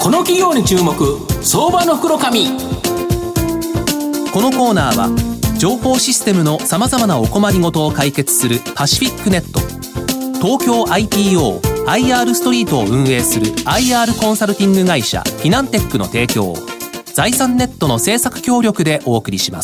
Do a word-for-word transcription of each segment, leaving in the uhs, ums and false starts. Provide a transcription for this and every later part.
この企業に注目、相場の袋紙。 このコーナーは情報システムのさまざまなお困りごとを解決するパシフィックネット、東京 アイピーオー アイアール ストリートを運営する アイアール コンサルティング会社フィナンテックの提供、財産ネットの制作協力でお送りします。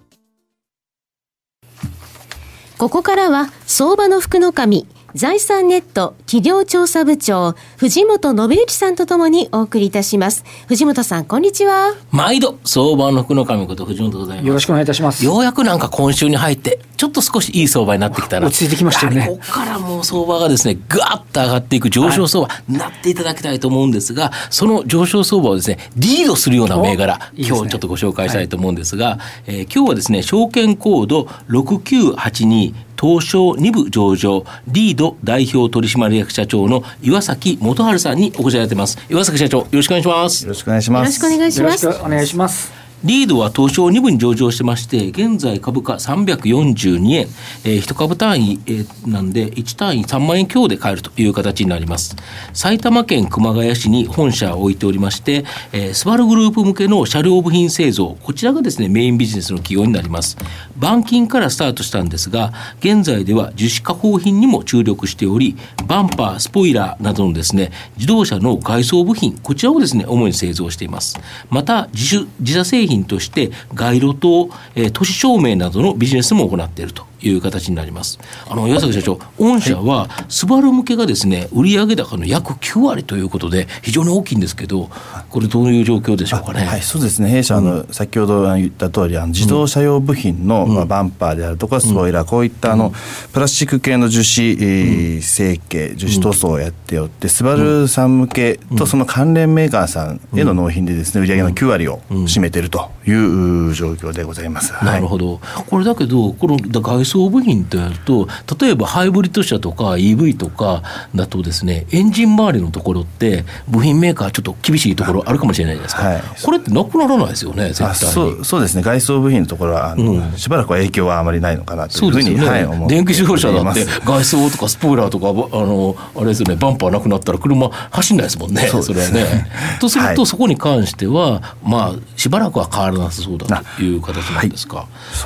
ここからは相場の福の神、財産ネット企業調査部長藤本信之さんとともにお送りいたします。藤本さん、こんにちは。 毎度相場の福の神こと藤本でございます。 よろしくお願いいたします。 ようやくなんか今週に入ってちょっと少しいい相場になってきたな、 落ち着いてきましたよね。 ここからもう相場がですねガーッと上がっていく上昇相場になっていただきたいと思うんですが、はい、その上昇相場をですねリードするような銘柄、いい今日ちょっとご紹介したいと思うんですが、はい、えー、今日はですね証券コードろくきゅうはちに東証に部上場リード代表取締役社長の岩崎元春さんにお越しいただいています。岩崎社長、よろしくお願いします。 よろしくお願いします。 よろしくお願いします。 よろしくお願いします。 リードは東証に部に上場してまして、現在株価さんびゃくよんじゅうにえん、えー、いち株単位、えー、なんでいち単位さんまんえん強で買えるという形になります。埼玉県熊谷市に本社を置いておりまして、えー、スバルグループ向けの車両部品製造、こちらがですねメインビジネスの企業になります。板金からスタートしたんですが、現在では樹脂加工品にも注力しており、バンパー、スポイラーなどのですね自動車の外装部品、こちらをですね主に製造しています。また 自, 主自社製品として街路灯、えー、都市照明などのビジネスも行っているという形になります。あの岩崎社長、御社はスバル向けがですね売上高の約きゅうわりということで非常に大きいんですけど、これどういう状況でしょうかね。 はい、そうですね。弊社、あの、うん、先ほど言った通り、あの自動車用部品の、うんまあ、バンパーであるとかスポイラー、うん、こういったあの、うん、プラスチック系の樹脂、えー、成形樹脂塗装をやっておって、スバルさん向けとその関連メーカーさんへの納品でですね売上のきゅうわりを占めているという状況でございます。 なるほど。これだけどこの外装部品とやると、例えばハイブリッド車とか イーブイ とかだとですねエンジン周りのところって部品メーカーちょっと厳しいところあるかもしれないじゃないですか、はい、これってなくならないですよね絶対に。あそ, うそうですね。外装部品のところはあの、うん、しばらくは影響はあまりないのかなというふうに、ね、はい、思っています。 電気自動車だって外装とかスポイラーとかあのあれですよね、バンパーなくなったら車走んないですもんね。 そ, それはねとすると、はい、そこに関してはまあしばらくは変わらなさそうだという形なんですか。はい、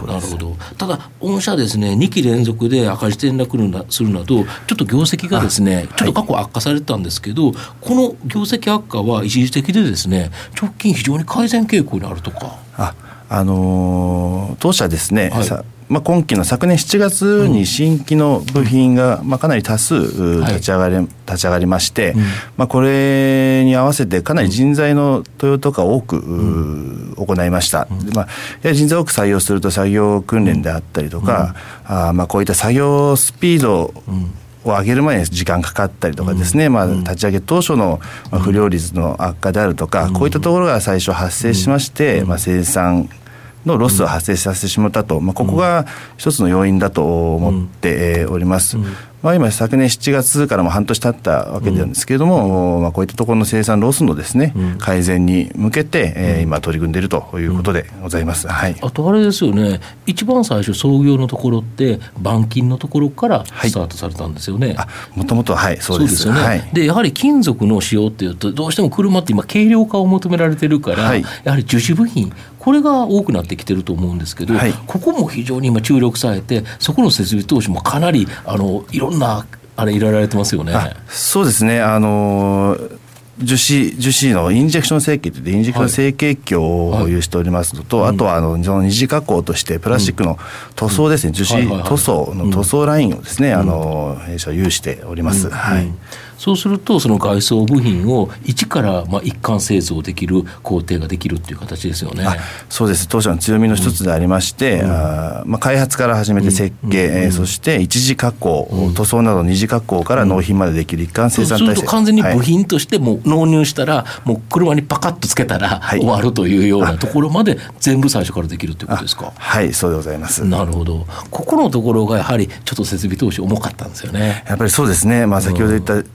なるほど。ただ御社ですねにき連続で赤字転落するなどちょっと業績がですねちょっと過去悪化されてたんですけど、はい、この業績悪化は一時的でですね直近非常に改善傾向にあるとか。 あ、あのー、当社ですね、はい、さまあ、今期の昨年しちがつに新規の部品が、まあ、かなり多数立ち上がり、はい、立ち上がりまして、うん、まあ、これに合わせてかなり人材の登用とか多く、うん、行いました。うん、まあ、やはり人材を多く採用すると作業訓練であったりとか、うん、あまあこういった作業スピードを上げる前に時間かかったりとかですね、うん、まあ、立ち上げ当初の不良率の悪化であるとか、うん、こういったところが最初発生しまして、うん、まあ、生産のロスを発生させてしまったと、まあ、ここが一つの要因だと思っております。うんうん、まあ、今昨年しちがつからも半年経ったわけなんですけれども、うん、まあ、こういったところの生産ロスのですね、うん、改善に向けて、えー、今取り組んでいるということでございます。はい、 あとあれですよね、一番最初創業のところって板金のところからスタートされたんですよね。 もともとはいそうです。 そうですよね。はい、でやはり金属の使用っていうとどうしても車って今軽量化を求められてるから、はい、やはり樹脂部品これが多くなってきてると思うんですけど、はい、ここも非常に今注力されて、そこの設備投資もかなりあのいろんなあれ入れられてますよね。 そうですね。あの樹脂、樹脂のインジェクション成形というインジェクション成形機を保有しておりますのと、はいはい、あとはあのその二次加工としてプラスチックの塗装ですね、うん、樹脂塗装の塗装ラインをですね、うん、あの弊社は有しております。うん、はい。 そうするとその外装部品を一からまあ一貫製造できる工程ができるっていう形ですよね。 あ、そうです。当社の強みの一つでありまして、うん、あまあ、開発から始めて設計、うんうん、そして一次加工、うん、塗装など二次加工から納品までできる一貫生産体制。 そうすると完全に部品としても納入したら、はい、もう車にパカッとつけたら終わるというようなところまで全部最初からできるということですか。 はい、そうでございます。 なるほど。ここのところがやはりちょっと設備投資重かったんですよね。 やっぱりそうですね。まあ、先ほど言った、うん、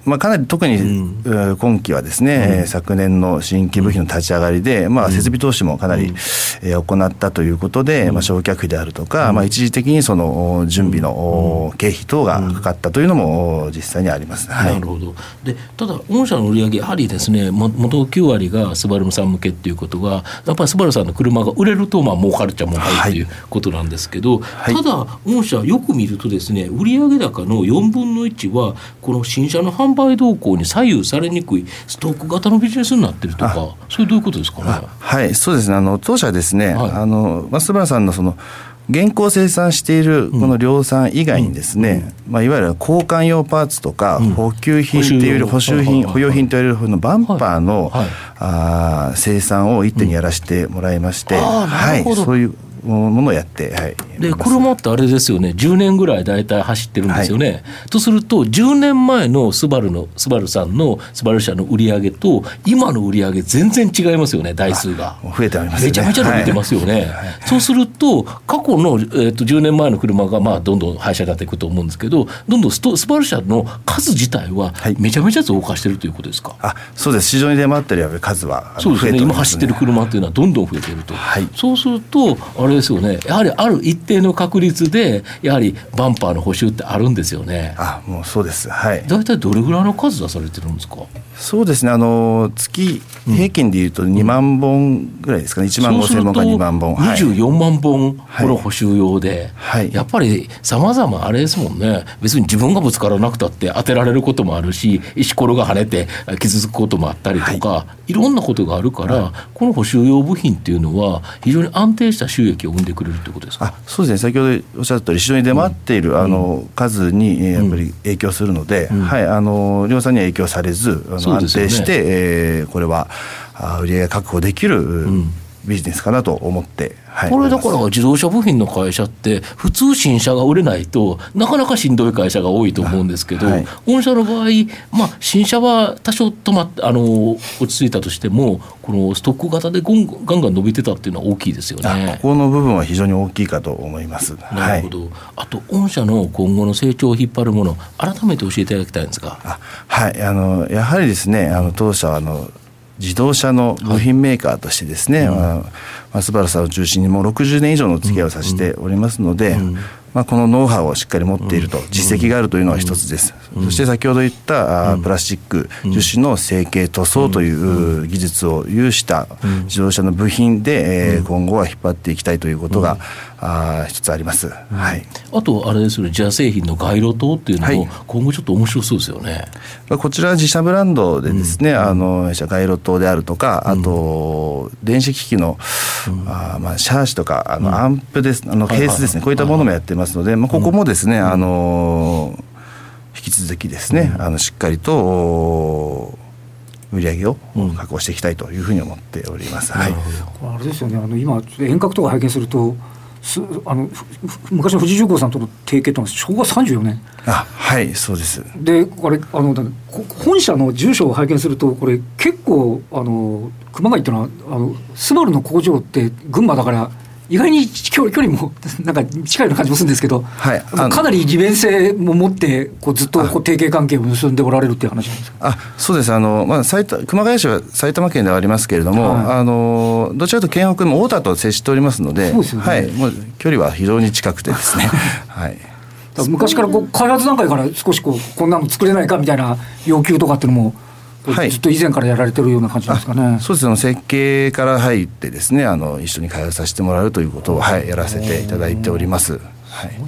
まあ、かなり特に、うん、今期はですね、うん、昨年の新規部品の立ち上がりで、まあ、設備投資もかなり、うんえー、行ったということで、うんまあ、償却費であるとか、うんまあ、一時的にその準備の、うん、経費等がかかったというのも実際にあります、はい、 なるほど。でただ御社の売上やはりですねも元きゅう割がスバルさん向けっていうことがやっぱりスバルさんの車が売れるとまあ儲かるっちゃ儲かるということなんですけど、はい、ただ御社よく見るとですね売上高のよんぶんのいちはこの新車の販売動向に左右されにくいストック型のビジネスになってるとかそれどういうことですかね。 はいそうですねあの当社ですね、はい、あのまあ、スバルさんのその現行生産しているこの量産以外にですね、うんまあ、いわゆる交換用パーツとか補給品っていう補修品、保養品といわれるのバンパーの、はいはい、あ生産を一手にやらせてもらいまして、うんはい、そういうものをやって、はい、 で車ってあれですよねじゅうねんぐらい大体走ってるんですよね、はい、とするとじゅうねんまえのスバルのスバルさんのスバル社の売り上げと今の売り上げ全然違いますよね台数が増えておりますねめちゃめちゃ伸びてますよね、はいはい、そうすると過去の、えー、とじゅうねんまえの車がまあどんどん廃車になっていくと思うんですけどどんどんストスバル社の数自体はめちゃめちゃ増加してるということですか。 はい、あそうです市場に出回ってる数はそうですね今走ってる車っていうのはどんどん増えてると、はい、そうするとあれですよねやはりある一定の確率でやはりバンパーの補修ってあるんですよね。 あもうそうです、はい、 だいたいどれぐらいの数出されてるんですか。 そうですねあの月平均でいうとにまんぼんぐらいですかね、うん、いちまんごせんぼんかにまんぼんにじゅうよんまんぼんこの補修用で、はい、やっぱりさまざまあれですもんね別に自分がぶつからなくたって当てられることもあるし石ころが跳ねて傷つくこともあったりとか、はい、いろんなことがあるから、はい、この補修用部品っていうのは非常に安定した収益を生んでくれるということですか。 あそうですね先ほどおっしゃった通り市場に出回っている、うん、あの数にやっぱり影響するので、うんはい、あの量産には影響されずあの安定して、ねえー、これは売り上げ確保できる、うんビジネスかなと思って、はい、 これだから自動車部品の会社って普通新車が売れないとなかなかしんどい会社が多いと思うんですけど、はい、御社の場合、まあ、新車は多少止まってあの落ち着いたとしてもこのストック型でガンガン伸びてたっていうのは大きいですよね。 ここの部分は非常に大きいかと思います。 なるほど、はい、あと御社の今後の成長を引っ張るもの改めて教えていただきたいんですが。 あ、はい、あのやはりですねあの当社はあの自動車の部品メーカーとしてですね、はいまあ、スバルさんを中心にもうろくじゅうねん以上の付き合いをさせておりますので、うんうんまあ、このノウハウをしっかり持っていると、うん、実績があるというのは一つです、うん、そして先ほど言った、うん、プラスチック樹脂の成形塗装という技術を有した自動車の部品で、えー、今後は引っ張っていきたいということが、うんあ一つあります、はい、 あとあれですよね自社製品の街路灯っていうのも今後ちょっと面白そうですよね、 はい、こちらは自社ブランドでですね、うん、あの街路灯であるとか、うん、あと電子機器の、うん、あまあシャーシとかあのアンプです、うん、あのケースですね、はいはいはい、こういったものもやってますので、まあ、ここもですね、うん、あの引き続きですね、うん、あのしっかりと売り上げを確保していきたいというふうに思っております、うんはい、 あれですよねあの今遠隔とか拝見するとすあの昔の富士重工さんとの提携というのはしょうわさんじゅうよねんあはいそうですでこれあの本社の住所を拝見するとこれ結構あの熊谷っていうのはあのスバルの工場って群馬だから意外に距離、距離もなんか近いような感じもするんですけど、はい、かなり利便性も持ってこうずっとこう提携関係を結んでおられるっていう話なんですか。 あそうですあの、まあ、埼玉熊谷市は埼玉県ではありますけれども、はい、あのどちらかというと県北も太田と接しておりますので、そうですよね、はい、もう距離は非常に近くてですね、はい、 だから昔からこう開発段階から少しこうこんなの作れないかみたいな要求とかっていうのもはい、ずっと以前からやられてるような感じですかね。 そうですね設計から入ってですねあの一緒に開発させてもらうということを、はい、やらせていただいております、はい、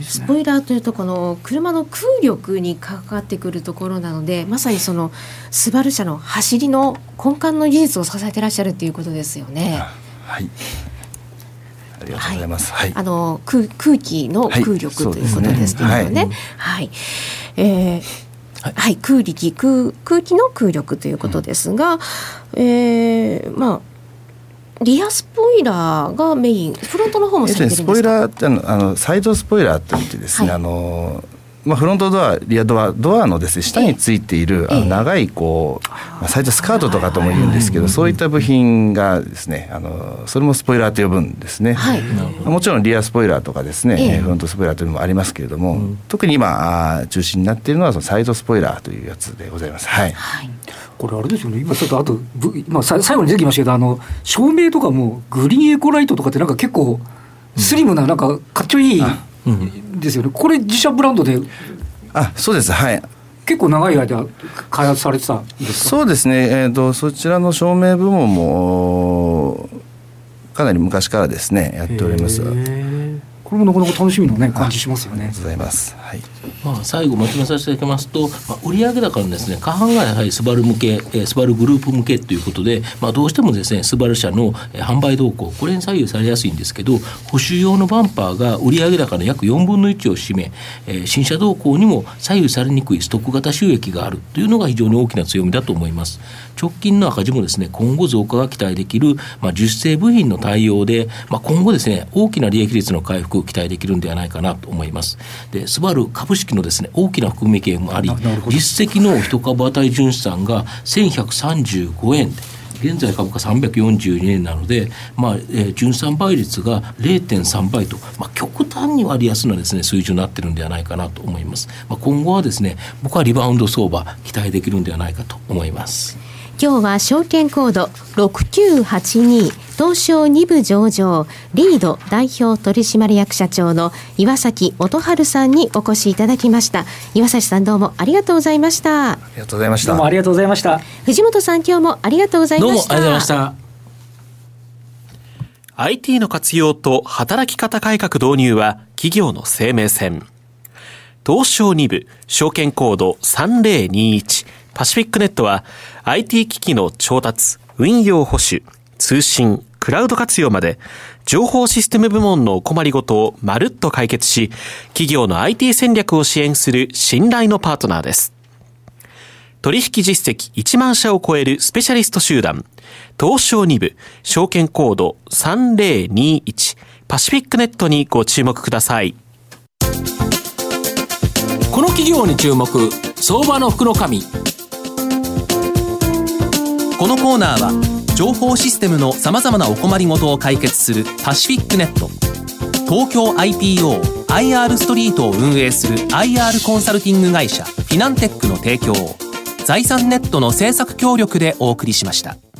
スポイラーというとこの車の空力にかかってくるところなのでまさにそのスバル社の走りの根幹の技術を支えてらっしゃるということですよね。 はいありがとうございます、はい、 あの 空, 空気の空力、はい、ということですけどね、はいはいえーはいはい、空力 空, 空気の空力ということですが、うんえーまあ、リアスポイラーがメインフロントの方もされてるんですか。 スポイラーってあのあのサイドスポイラーといってですね、はい、あのまあ、フロントドアリアドアドアのですね下についているあの長いこう、まあ、サイドスカートとかとも言うんですけど、そういった部品がですねあのそれもスポイラーと呼ぶんですね、はい、もちろんリアスポイラーとかですね、ええ、フロントスポイラーというのもありますけれども、うん、特に今中心になっているのはそのサイドスポイラーというやつでございます。はい、はい、 これあれですよね、今ちょっとあと、今最後に出てきましたけど、あの照明とかもグリーンエコライトとかってなんか結構スリムな、なんかかっちょいいですよね、うん、これ自社ブランドで。 あ、そうです、はい、 結構長い間開発されてたんですか。 そうですね、えーと、そちらの照明部門もかなり昔からですねやっております。 これもなかなか楽しみな、ね、感じしますよね。 ありがとうございます。はい、 まあ、最後まとめさせていただきますと、まあ、売上高のですね過半がやはりスバル向け、えー、スバルグループ向けということで、まあ、どうしてもですねスバル社の、えー、販売動向これに左右されやすいんですけど、保守用のバンパーが売上高の約よんぶんのいちを占め、えー、新車動向にも左右されにくいストック型収益があるというのが非常に大きな強みだと思います。直近の赤字もですね今後増加が期待できる、まあ、樹脂製部品の対応で、まあ、今後ですね大きな利益率の回復を期待できるんではないかなと思います。でスバル株式のですね大きな含み益もあり、実績の一株当たり純資産がせんひゃくさんじゅうごえんで現在株価さんびゃくよんじゅうにえんなので、まあえー、純資産倍率が れいてんさんばいと、まあ、極端に割安なですね水準になっているんではないかなと思います。まあ、今後はですね僕はリバウンド相場期待できるんではないかと思います。 今日は証券コードろくきゅうはちに東証に部上場リード代表取締役社長の岩崎元春さんにお越しいただきました。岩崎さんどうもありがとうございました。 ありがとうございました。 どうもありがとうございました。 藤本さん今日もありがとうございました。 どうもありがとうございました。 アイティー の活用と働き方改革導入は企業の生命線。東証に部証券コードさんぜろにいちパシフィックネットは アイティー 機器の調達、運用保守、通信、クラウド活用まで情報システム部門のお困りごとをまるっと解決し、企業の アイティー 戦略を支援する信頼のパートナーです。取引実績いちまんしゃを超えるスペシャリスト集団、東証に部証券コードさんぜろにいちパシフィックネットにご注目ください。 この企業に注目、相場の福の神。 このコーナーは情報システムのさまざまなお困りごとを解決するパシフィックネット、東京 アイピーオー アイアール ストリートを運営する アイアール コンサルティング会社フィナンテックの提供を財産ネットの制作協力でお送りしました。